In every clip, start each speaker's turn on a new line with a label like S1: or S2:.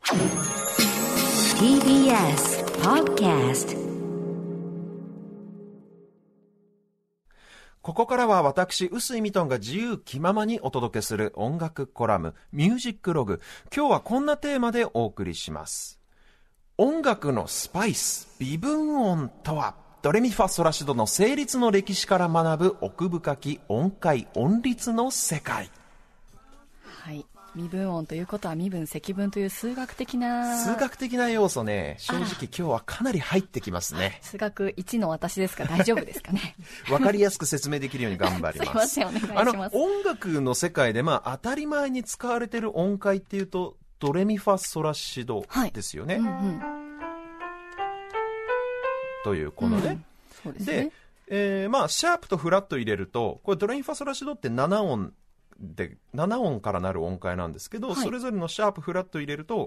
S1: TBS Podcast。
S2: ここからは私、臼井ミトンが自由気ままにお届けする音楽コラム、ミュージックログ。今日はこんなテーマでお送りします。音楽のスパイス、微分音とは？ドレミファソラシドの成立の歴史から学ぶ奥深き音階、音律の世界。
S3: はい。微分音ということは微分積分という数学的な
S2: 要素ね、正直今日はかなり入ってきますね。
S3: 数学1の私ですから大丈夫ですかね。
S2: わかりやすく説明できるように頑張ります。
S3: すいません、お願いします。
S2: 音楽の世界で当たり前に使われている音階っていうとドレミファソラシドですよね。
S3: はい、うんうん、
S2: というこのね、
S3: そうですね。
S2: で、シャープとフラット入れると、これドレミファソラシドって7音で7音からなる音階なんですけど、はい、それぞれのシャープフラット入れると、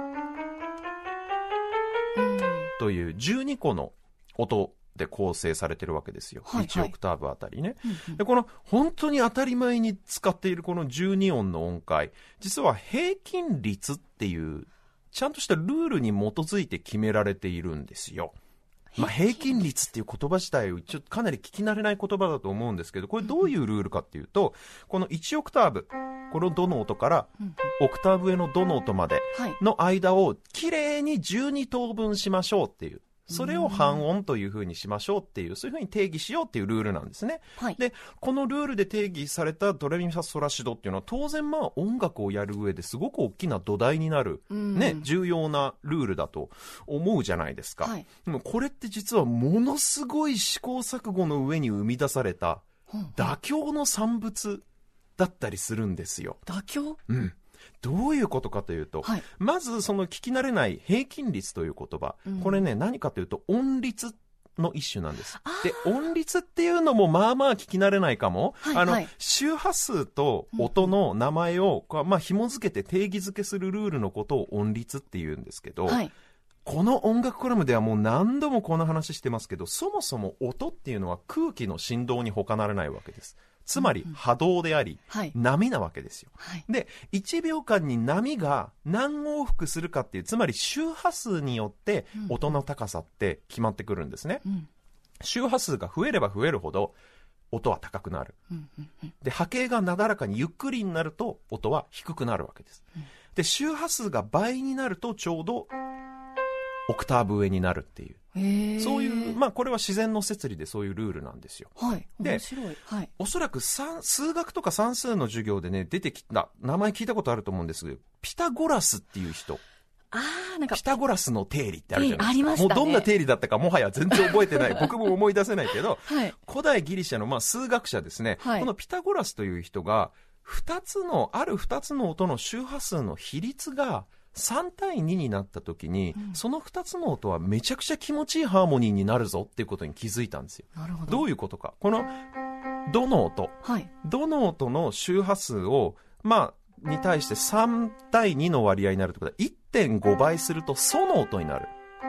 S2: という12個の音で構成されてるわけですよ、はいはい、1オクターブあたりね、でこの本当に当たり前に使っているこの12音の音階、実は平均率っていうちゃんとしたルールに基づいて決められているんですよ。平均率っていう言葉自体ちょっとかなり聞き慣れない言葉だと思うんですけど、これどういうルールかっていうと、この1オクターブ、このドの音からオクターブ上のドの音までの間をきれいに12等分しましょうっていう、それを半音という風にしましょうっていう、そういう風に定義しようっていうルールなんですね、はい、でこのルールで定義されたドレミファソラシドっていうのは当然音楽をやる上ですごく大きな土台になる、重要なルールだと思うじゃないですか、はい、でもこれって実はものすごい試行錯誤の上に生み出された妥協の産物だったりするんですよ。
S3: 妥協？
S2: どういうことかというと、はい、まずその聞き慣れない平均率という言葉、これね何かというと音律の一種なんです。で音律っていうのも聞き慣れないかも、周波数と音の名前を、紐付けて定義付けするルールのことを音律っていうんですけど、この音楽コラムではもう何度もこの話してますけど、そもそも音っていうのは空気の振動に他ならないわけです。つまり波動であり、波なわけですよ、で1秒間に波が何往復するかっていう、つまり周波数によって音の高さって決まってくるんですね、周波数が増えれば増えるほど音は高くなる、で波形がなだらかにゆっくりになると音は低くなるわけです、で周波数が倍になるとちょうどオクターブ上になるっていう、そういう、これは自然の摂理でそういうルールなんですよ。で、面白い。おそらく数学とか算数の授業でね出てきた名前聞いたことあると思うんですけど、ピタゴラスっていう人。ピタゴラスの定理ってあるじゃないですか。もうどんな定理だったかもはや全然覚えてない僕も思い出せないけど、古代ギリシャの数学者ですね、このピタゴラスという人がある2つの音の周波数の比率が3対2になった時に、その2つの音はめちゃくちゃ気持ちいいハーモニーになるぞっていうことに気づいたんですよ。なるほど。どういうことか。このドの音、ドの音の周波数をに対して3対2の割合になるってことは 1.5 倍するとソの音になる。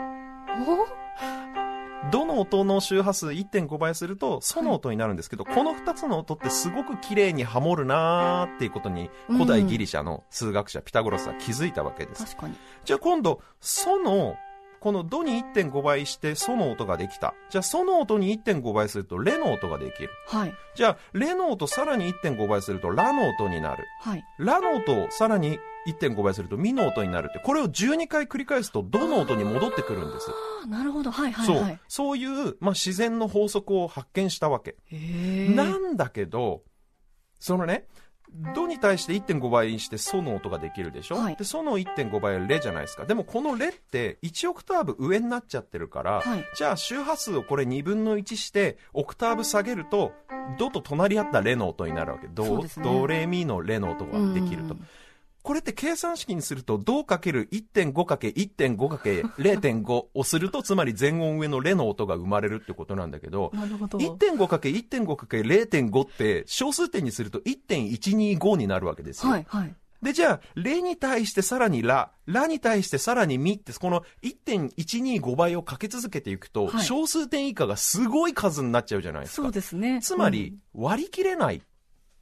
S2: ドの音の周波数 1.5 倍するとソの音になるんですけど、この2つの音ってすごく綺麗にハモるなーっていうことに古代ギリシャの数学者ピタゴラスは気づいたわけです。
S3: 確かに。
S2: じゃあ今度ソのこのドに 1.5 倍してソの音ができた。じゃあソの音に 1.5 倍するとレの音ができる。じゃあレの音さらに 1.5 倍するとラの音になる。ラの音をさらに 1.5 倍するとミの音になるって、これを12回繰り返すとドの音に戻ってくるんです。
S3: なるほど。
S2: そういう、自然の法則を発見したわけなんだけど、そのねドに対して 1.5 倍してソの音ができるでしょ、でソの 1.5 倍はレじゃないですか。でもこのレって1オクターブ上になっちゃってるから、じゃあ周波数をこれ2分の1してオクターブ下げるとドと隣り合ったレの音になるわけ。ドレミのレの音ができると。これって計算式にするとドかける 1.5 かけ 1.5 かけ 0.5 をすると、つまり全音上のレの音が生まれるってことなんだけど、1.5 かけ 1.5 かけ 0.5 って小数点にすると 1.125 になるわけですよ。でじゃあレに対してさらにラに対してさらにミって、この 1.125 倍をかけ続けていくと、小数点以下がすごい数になっちゃうじゃないですか。そうですね。つまり割り切れない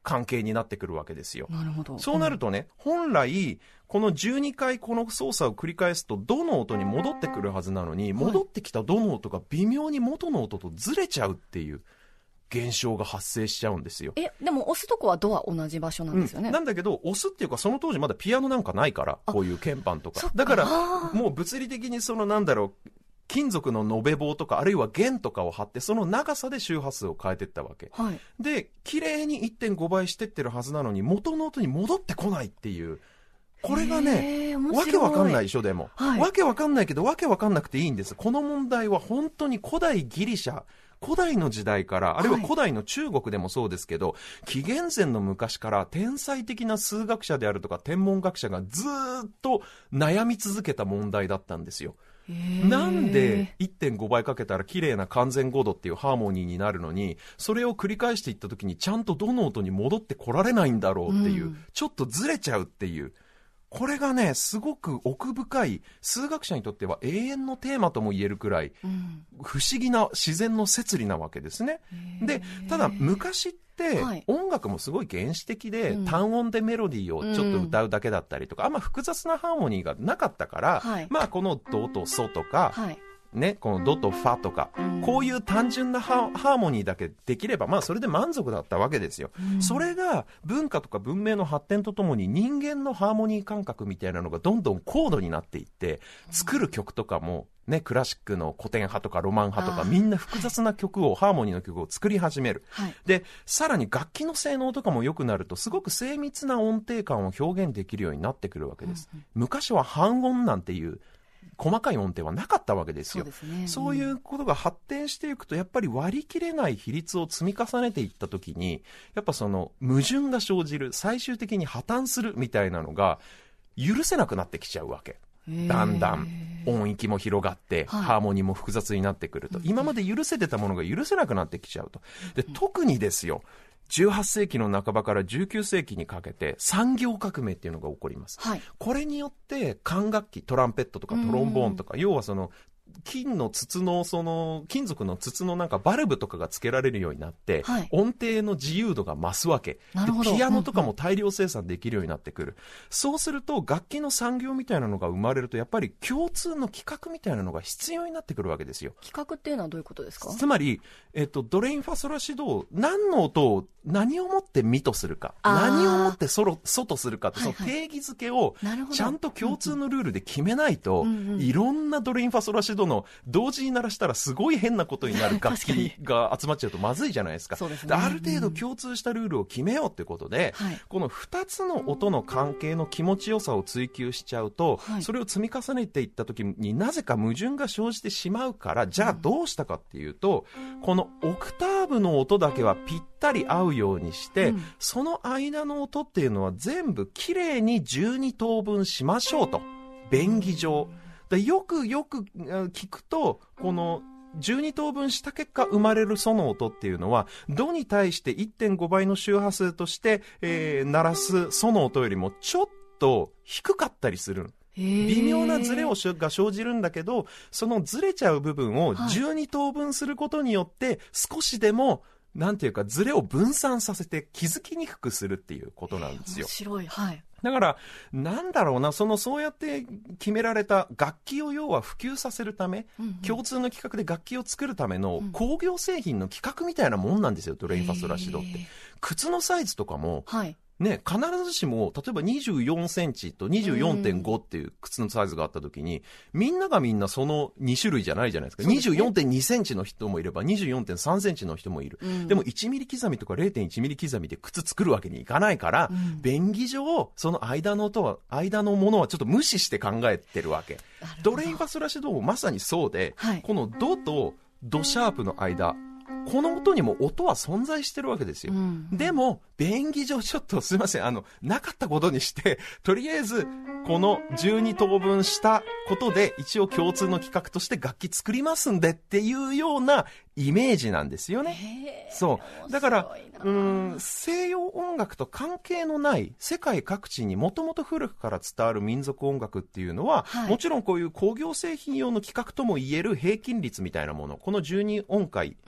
S2: 関係になってくるわけですよ。
S3: なるほど。
S2: そうなるとね、本来この12回この操作を繰り返すとどの音に戻ってくるはずなのに、戻ってきたどの音が微妙に元の音とずれちゃうっていう現象が発生しちゃうんですよ。
S3: でも押すとこはドは同じ場所なんですよね。
S2: なんだけど押すっていうか、その当時まだピアノなんかないから、こういう鍵盤とかだからもう物理的にその金属の延べ棒とかあるいは弦とかを張って、その長さで周波数を変えていったわけ、
S3: はい、
S2: で綺麗に 1.5 倍してってるはずなのに元の音に戻ってこないっていう、これがねわけわかんないでしょ。でも、はい、わけわかんないけどわけわかんなくていいんです。この問題は本当に古代ギリシャ、古代の時代から、あるいは古代の中国でもそうですけど、紀元前の昔から天才的な数学者であるとか天文学者がずっと悩み続けた問題だったんですよ。なんで 1.5 倍かけたら綺麗な完全5度っていうハーモニーになるのに、それを繰り返していった時にちゃんとどの音に戻ってこられないんだろうっていう、ちょっとずれちゃうっていう、これがねすごく奥深い、数学者にとっては永遠のテーマとも言えるくらい、不思議な自然の摂理なわけですね。でただ昔って音楽もすごい原始的で、単音でメロディーをちょっと歌うだけだったりとか、あんま複雑なハーモニーがなかったから、まあこのドとソとか、ね、このドとファとか、こういう単純なハーモニーだけできれば、まあそれで満足だったわけですよ。それが文化とか文明の発展とともに人間のハーモニー感覚みたいなのがどんどん高度になっていって、作る曲とかもね、クラシックの古典派とかロマン派とか、みんな複雑な曲を、ハーモニーの曲を作り始める、でさらに楽器の性能とかも良くなると、すごく精密な音程感を表現できるようになってくるわけです。昔は半音なんていう細かい音程はなかったわけですよ。そういうことが発展していくと、やっぱり割り切れない比率を積み重ねていったときに、やっぱその矛盾が生じる、最終的に破綻するみたいなのが許せなくなってきちゃうわけ。だんだん音域も広がって、ハーモニーも複雑になってくると、今まで許せてたものが許せなくなってきちゃうと。で特にですよ、18世紀の半ばから19世紀にかけて産業革命っていうのが起こります、これによって管楽器、トランペットとかトロンボーンとか、要はその金の筒の金属の筒のなんかバルブとかがつけられるようになって、音程の自由度が増すわけで、ピアノとかも大量生産できるようになってくる、そうすると楽器の産業みたいなのが生まれると、やっぱり共通の規格みたいなのが必要になってくるわけですよ。
S3: 規格っていうのはどういうことですか？
S2: つまり、ドレインファソラシド、何の音を何をもってミとするか、何をもってソとするかって、その定義づけをちゃんと共通のルールで決めないと、いろんなドレインファソラシドの同時に鳴らしたらすごい変なことになる楽器が集まっちゃうとまずいじゃないですか。ある程度共通したルールを決めようってことで、この2つの音の関係の気持ちよさを追求しちゃうと、それを積み重ねていった時になぜか矛盾が生じてしまうから、じゃあどうしたかっていうと、このオクターブの音だけはぴったり合うようにして、その間の音っていうのは全部きれいに12等分しましょうと、便宜上でよく聞くと、この12等分した結果生まれるソの音っていうのは、ドに対して 1.5 倍の周波数として、鳴らすソの音よりもちょっと低かったりする。微妙なズレが生じるんだけど、そのズレちゃう部分を12等分することによって、少しでもなんていうかズレを分散させて気づきにくくするっていうことなんですよ。
S3: 面白い。
S2: だからなんだろうな、そうやって決められた楽器を要は普及させるため、共通の規格で楽器を作るための工業製品の規格みたいなもんなんですよ、ドレインファソラシドって。靴のサイズとかも、ね、必ずしも例えば24センチと 24.5 っていう靴のサイズがあった時に、みんながみんなその2種類じゃないじゃないですか。24.2 センチの人もいれば 24.3 センチの人もいる、でも1ミリ刻みとか 0.1 ミリ刻みで靴作るわけにいかないから、便宜上その間のものはちょっと無視して考えてるわけ。ドレインファソラシドもまさにそうで、このドとドシャープの間、この音にも音は存在してるわけですよ、でも便宜上ちょっとすいません、なかったことにして、とりあえずこの12等分したことで一応共通の規格として楽器作りますんでっていうようなイメージなんですよね。そうだから西洋音楽と関係のない世界各地にもともと古くから伝わる民族音楽っていうのは、もちろんこういう工業製品用の規格ともいえる平均率みたいなもの、この12音階、12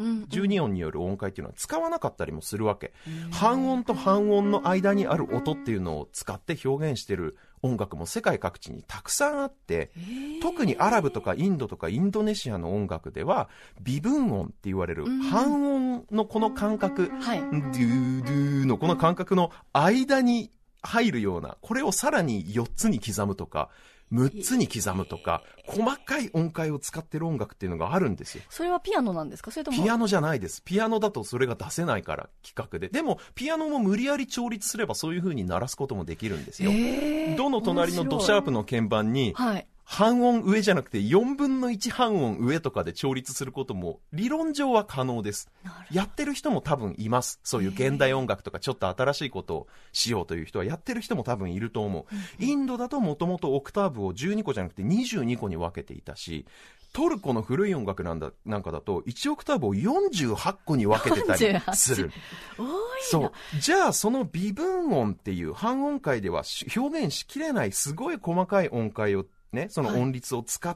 S2: 12音による音階っていうのは使わなかったりもするわけ。半音と半音の間にある音っていうのを使って表現してる音楽も世界各地にたくさんあって、特にアラブとかインドとかインドネシアの音楽では微分音って言われる半音のこの感覚、
S3: はい、
S2: ドゥードゥーのこの感覚の間に入るような、これをさらに4つに刻むとか6つに刻むとか、細かい音階を使ってる音楽っていうのがあるんですよ。
S3: それはピアノなんですか？それとも
S2: ピアノじゃないです。ピアノだとそれが出せないから企画で。でもピアノも無理やり調律すればそういう風に鳴らすこともできるんですよ。どの隣のドシャープの鍵盤に、はい、半音上じゃなくて4分の1半音上とかで調律することも理論上は可能です。やってる人も多分います。そういう現代音楽とかちょっと新しいことをしようという人はやってる人も多分いると思う。インドだともともとオクターブを12個じゃなくて22個に分けていたし、トルコの古い音楽なんかだと1オクターブを48個に分けてたりする。そう。じゃあその微分音っていう半音階では表現しきれないすごい細かい音階をね、その音律を使って、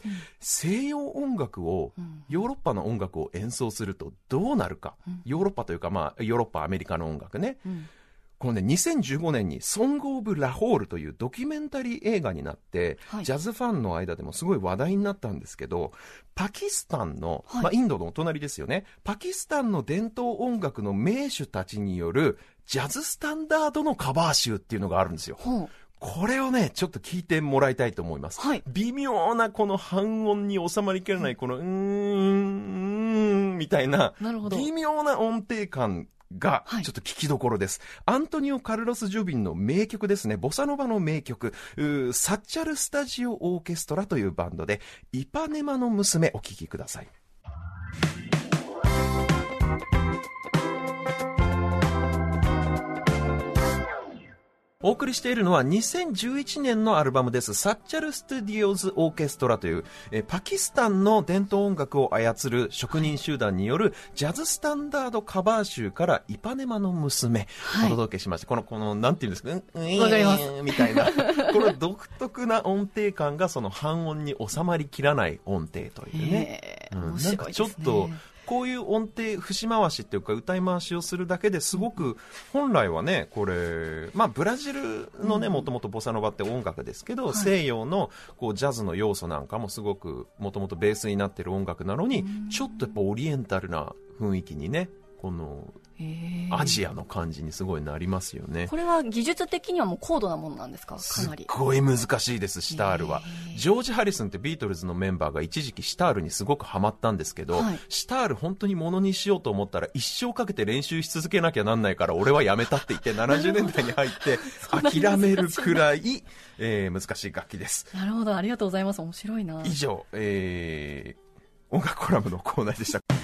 S2: 西洋音楽を、ヨーロッパの音楽を演奏するとどうなるか。ヨーロッパというか、まあ、ヨーロッパ、アメリカの音楽ね。このね、2015年にソング・オブ・ラホールというドキュメンタリー映画になって、ジャズファンの間でもすごい話題になったんですけど、パキスタンの、まあ、インドのお隣ですよね。パキスタンの伝統音楽の名手たちによるジャズスタンダードのカバー集っていうのがあるんですよ。これをね、ちょっと聞いてもらいたいと思います。微妙なこの半音に収まりきれないこのみたいな微妙な音程感がちょっと聞きどころです。アントニオ・カルロス・ジョビンの名曲ですね。ボサノバの名曲、サッチャル・スタジオ・オーケストラというバンドでイパネマの娘お聴きください。お送りしているのは2011年のアルバムです。サッチャル・スタディオズ・オーケストラという、パキスタンの伝統音楽を操る職人集団によるジャズスタンダードカバー集からイパネマの娘、お届けしました。このなんていうんですか、わかりますみたいな、この独特な音程感がその半音に収まりきらない音程というね。なんかちょっと、こういう音程節回しっていうか歌い回しをするだけですごく本来はね、これまあブラジルのね、もともとボサノバって音楽ですけど、西洋のこうジャズの要素なんかもすごくもともとベースになってる音楽なのに、ちょっとやっぱオリエンタルな雰囲気にね、このアジアの感じにすごいなりますよね。
S3: これは技術的にはもう高度なものなんですか？かなり
S2: すっごい難しいです。シタールはジョージ・ハリスンってビートルズのメンバーが一時期シタールにすごくハマったんですけど、シタール本当にものにしようと思ったら一生かけて練習し続けなきゃなんないから俺はやめたって言って70年代に入って諦めるくらい、難しい楽器です。
S3: なるほど、ありがとうございます。面白いな。
S2: 以上、音楽コラムのコーナーでした。